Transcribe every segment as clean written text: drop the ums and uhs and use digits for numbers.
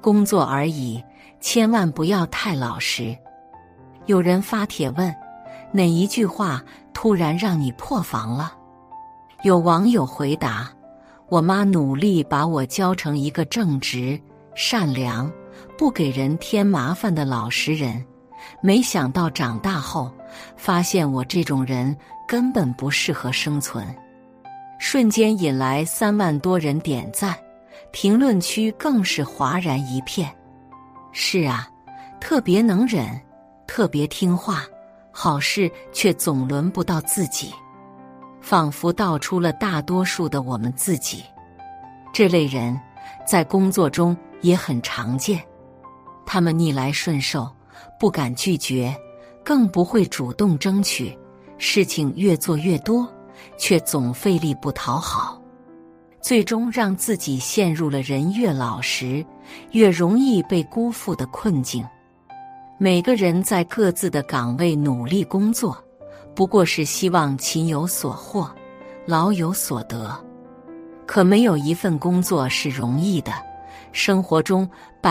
工作而已，千万不要太老实。有人发帖问，哪一句话突然让你破防了？有网友回答，我妈努力把我教成一个正直、善良、不给人添麻烦的老实人，没想到长大后发现我这种人根本不适合生存。瞬间引来3万多人点赞，评论区更是哗然一片。是啊，特别能忍，特别听话，好事却总轮不到自己，仿佛道出了大多数的我们自己。这类人在工作中也很常见，他们逆来顺受，不敢拒绝，更不会主动争取，事情越做越多，却总费力不讨好，最终让自己陷入了人越老实越容易被辜负的困境。每个人在各自的岗位努力工作，不过是希望勤有所获，劳有所得。可没有一份工作是容易的，生活中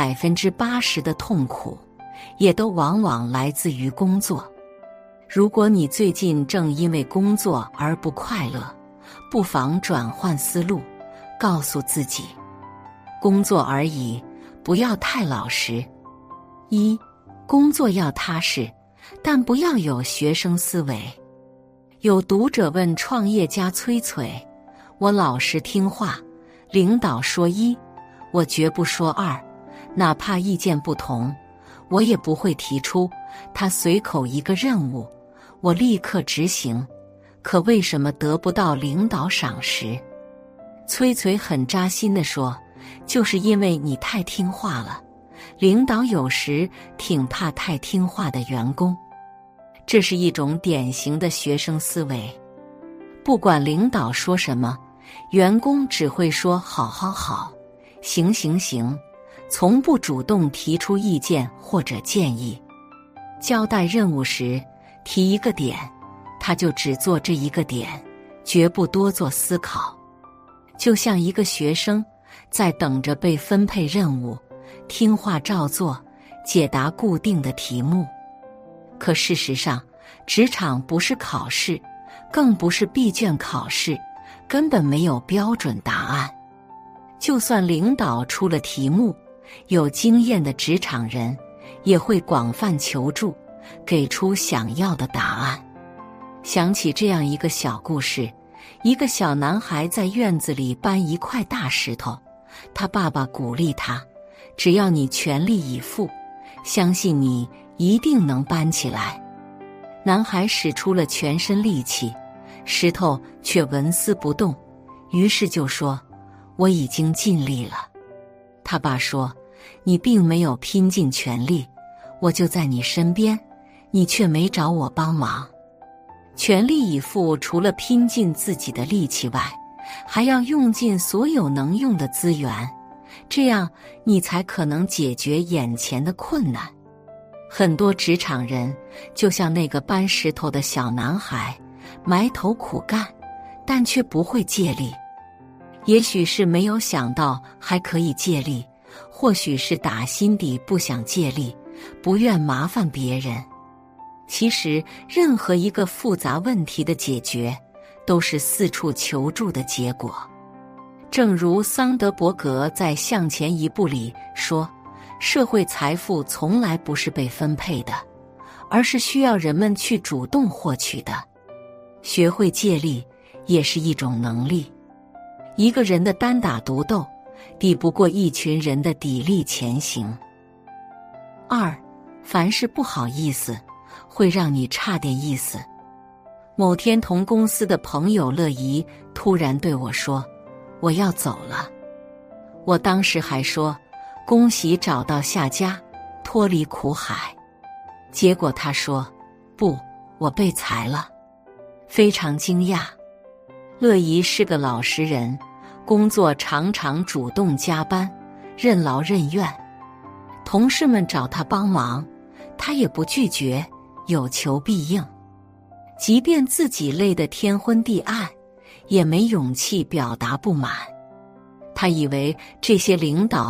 80%的痛苦，也都往往来自于工作。如果你最近正因为工作而不快乐，不妨转换思路，告诉自己，工作而已，不要太老实。1. 工作要踏实，但不要有学生思维。有读者问创业家崔崔，我老实听话，领导说1，我绝不说2，哪怕意见不同，我也不会提出。他随口一个任务，我立刻执行，可为什么得不到领导赏识？崔崔很扎心地说，就是因为你太听话了，领导有时挺怕太听话的员工。这是一种典型的学生思维，不管领导说什么，员工只会说好好好，行行行，从不主动提出意见或者建议。交代任务时提一个点，他就只做这一个点，绝不多做思考。就像一个学生在等着被分配任务，听话照做，解答固定的题目。可事实上，职场不是考试，更不是闭卷考试，根本没有标准答案。就算领导出了题目，有经验的职场人也会广泛求助，给出想要的答案。想起这样一个小故事，一个小男孩在院子里搬一块大石头，他爸爸鼓励他，只要你全力以赴，相信你一定能搬起来。男孩使出了全身力气，石头却纹丝不动，于是就说，我已经尽力了。他爸说，你并没有拼尽全力，我就在你身边，你却没找我帮忙。全力以赴除了拼尽自己的力气外，还要用尽所有能用的资源，这样你才可能解决眼前的困难。很多职场人就像那个搬石头的小男孩，埋头苦干，但却不会借力。也许是没有想到还可以借力，或许是打心底不想借力，不愿麻烦别人。其实任何一个复杂问题的解决，都是四处求助的结果。正如桑德伯格在《向前一步》里说，社会财富从来不是被分配的，而是需要人们去主动获取的。学会借力也是一种能力。一个人的单打独斗，抵不过一群人的砥砺前行。2. 凡事不好意思，会让你差点意思。某天同公司的朋友乐怡突然对我说，我要走了。我当时还说，恭喜找到下家，脱离苦海。结果他说，不，我被裁了。非常惊讶。乐怡是个老实人，工作常常主动加班，任劳任怨。同事们找他帮忙，他也不拒绝，有求必应。即便自己累得天昏地暗，也没勇气表达不满。他以为这些领导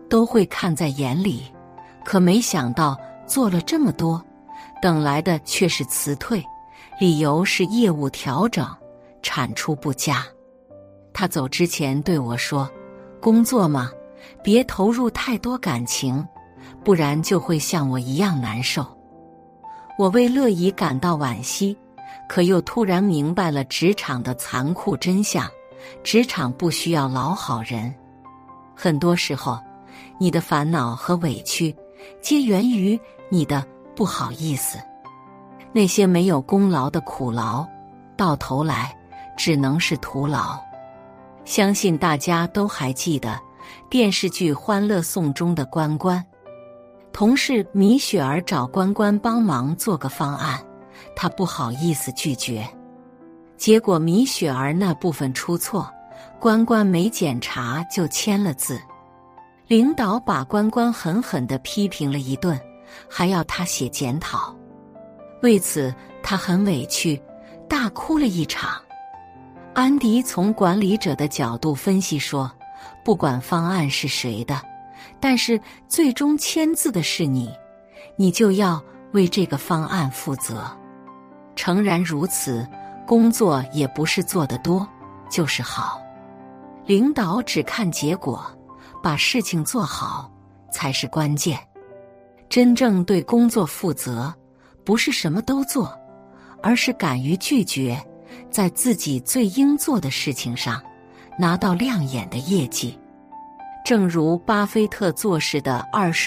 都会看在眼里，可没想到做了这么多，等来的却是辞退，理由是业务调整，产出不佳。他走之前对我说，工作嘛，别投入太多感情，不然就会像我一样难受。我为乐怡感到惋惜，可又突然明白了职场的残酷真相，职场不需要老好人。很多时候，你的烦恼和委屈皆源于你的不好意思。那些没有功劳的苦劳，到头来只能是徒劳。相信大家都还记得电视剧《欢乐颂》中的关关，同事米雪儿找关关帮忙做个方案，他不好意思拒绝，结果米雪儿那部分出错，关关没检查就签了字。领导把关关狠狠地批评了一顿，还要他写检讨。为此他很委屈，大哭了一场。安迪从管理者的角度分析说，不管方案是谁的，但是最终签字的是你，你就要为这个方案负责。诚然如此，工作也不是做得多就是好。领导只看结果，把事情做好才是关键。真正对工作负责，不是什么都做，而是敢于拒绝，在自己最应做的事情上拿到亮眼的业绩。正如巴菲特做事的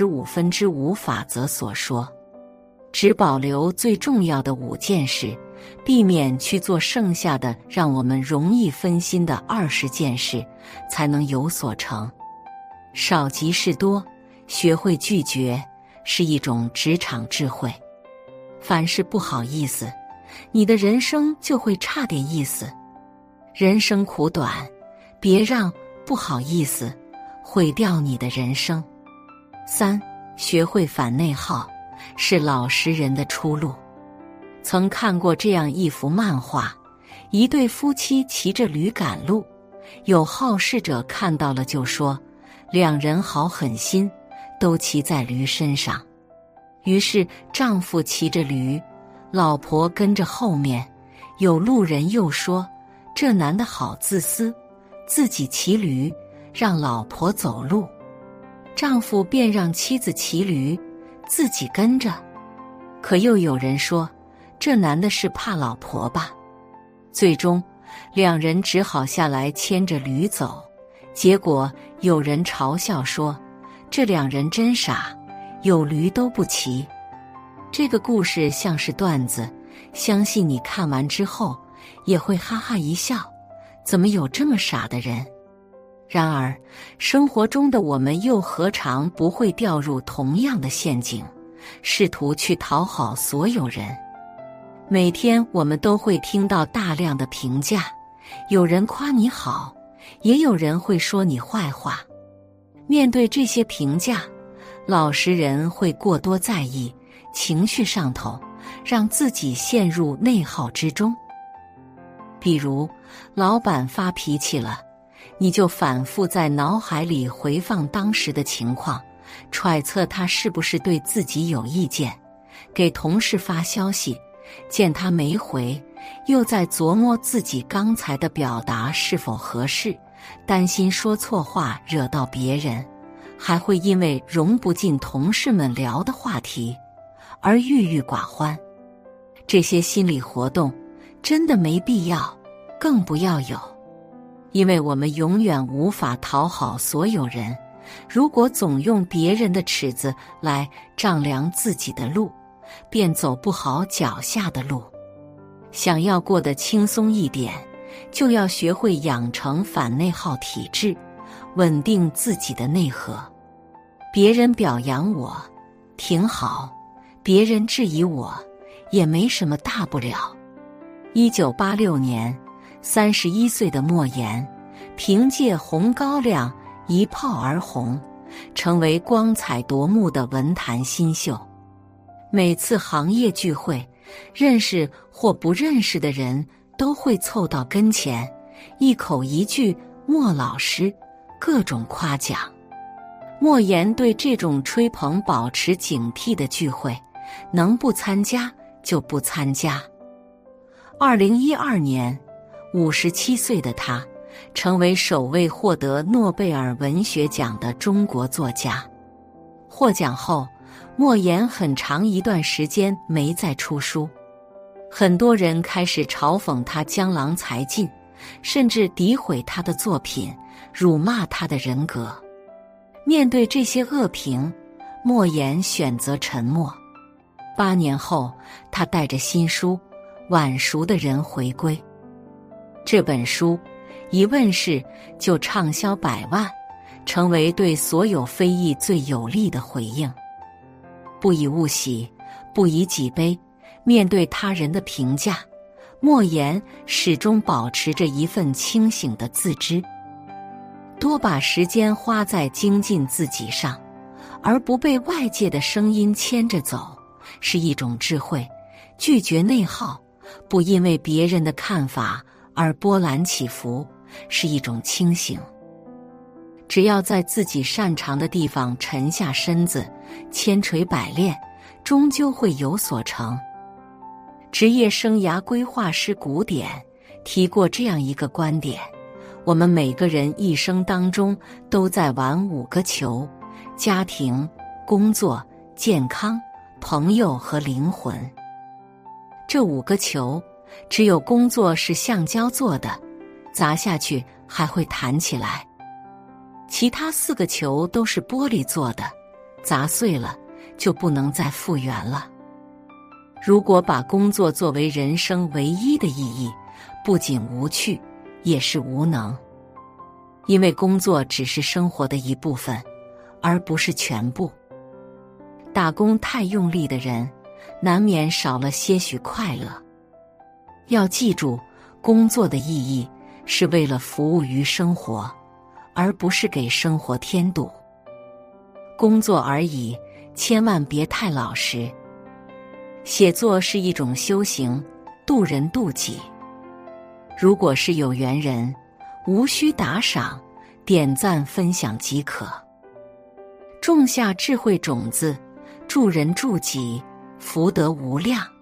25%法则所说，只保留最重要的5件事，避免去做剩下的让我们容易分心的20件事，才能有所成。少即是多，学会拒绝是一种职场智慧。凡事不好意思，你的人生就会差点意思。人生苦短，别让不好意思毁掉你的人生。3. 学会反内耗，是老实人的出路。曾看过这样一幅漫画，一对夫妻骑着驴赶路，有好事者看到了就说，两人好狠心，都骑在驴身上。于是丈夫骑着驴，老婆跟着后面。有路人又说，这男的好自私，自己骑驴，让老婆走路。丈夫便让妻子骑驴，自己跟着。可又有人说，这男的是怕老婆吧。最终两人只好下来牵着驴走。结果有人嘲笑说，这两人真傻，有驴都不骑。这个故事像是段子，相信你看完之后也会哈哈一笑，怎么有这么傻的人？然而生活中的我们又何尝不会掉入同样的陷阱，试图去讨好所有人。每天我们都会听到大量的评价，有人夸你好，也有人会说你坏话。面对这些评价，老实人会过多在意，情绪上头，让自己陷入内耗之中。比如老板发脾气了，你就反复在脑海里回放当时的情况，揣测他是不是对自己有意见。给同事发消息，见他没回，又在琢磨自己刚才的表达是否合适，担心说错话惹到别人，还会因为融不进同事们聊的话题而郁郁寡欢。这些心理活动真的没必要，更不要有。因为我们永远无法讨好所有人，如果总用别人的尺子来丈量自己的路，便走不好脚下的路。想要过得轻松一点，就要学会养成反内耗体质，稳定自己的内核。别人表扬我，挺好；别人质疑我，也没什么大不了。1986年，31岁的莫言凭借《红高粱》一炮而红，成为光彩夺目的文坛新秀。每次行业聚会，认识或不认识的人都会凑到跟前，一口一句莫老师，各种夸奖。 莫言对这种吹捧保持警惕的聚会，能不参加就不参加。2012年，57岁的他成为首位获得诺贝尔文学奖的中国作家。获奖后，莫言很长一段时间没再出书，很多人开始嘲讽他江郎才尽，甚至诋毁他的作品，辱骂他的人格。面对这些恶评，莫言选择沉默。8年后，他带着新书《晚熟的人》回归。这本书一问世就畅销100万，成为对所有非议最有力的回应。不以物喜，不以己悲，面对他人的评价，莫言始终保持着一份清醒的自知。多把时间花在精进自己上，而不被外界的声音牵着走，是一种智慧。拒绝内耗，不因为别人的看法而波澜起伏，是一种清醒。只要在自己擅长的地方沉下身子，千锤百炼，终究会有所成。职业生涯规划师古典提过这样一个观点：我们每个人一生当中都在玩5个球：家庭、工作、健康、朋友和灵魂。这5个球，只有工作是橡胶做的，砸下去还会弹起来；其他4个球都是玻璃做的，砸碎了就不能再复原了。如果把工作作为人生唯一的意义，不仅无趣，也是无能。因为工作只是生活的一部分，而不是全部。打工太用力的人，难免少了些许快乐。要记住，工作的意义是为了服务于生活，而不是给生活添堵。工作而已，千万别太老实。写作是一种修行，渡人渡己。如果是有缘人，无需打赏，点赞分享即可。种下智慧种子，助人助己，福德无量。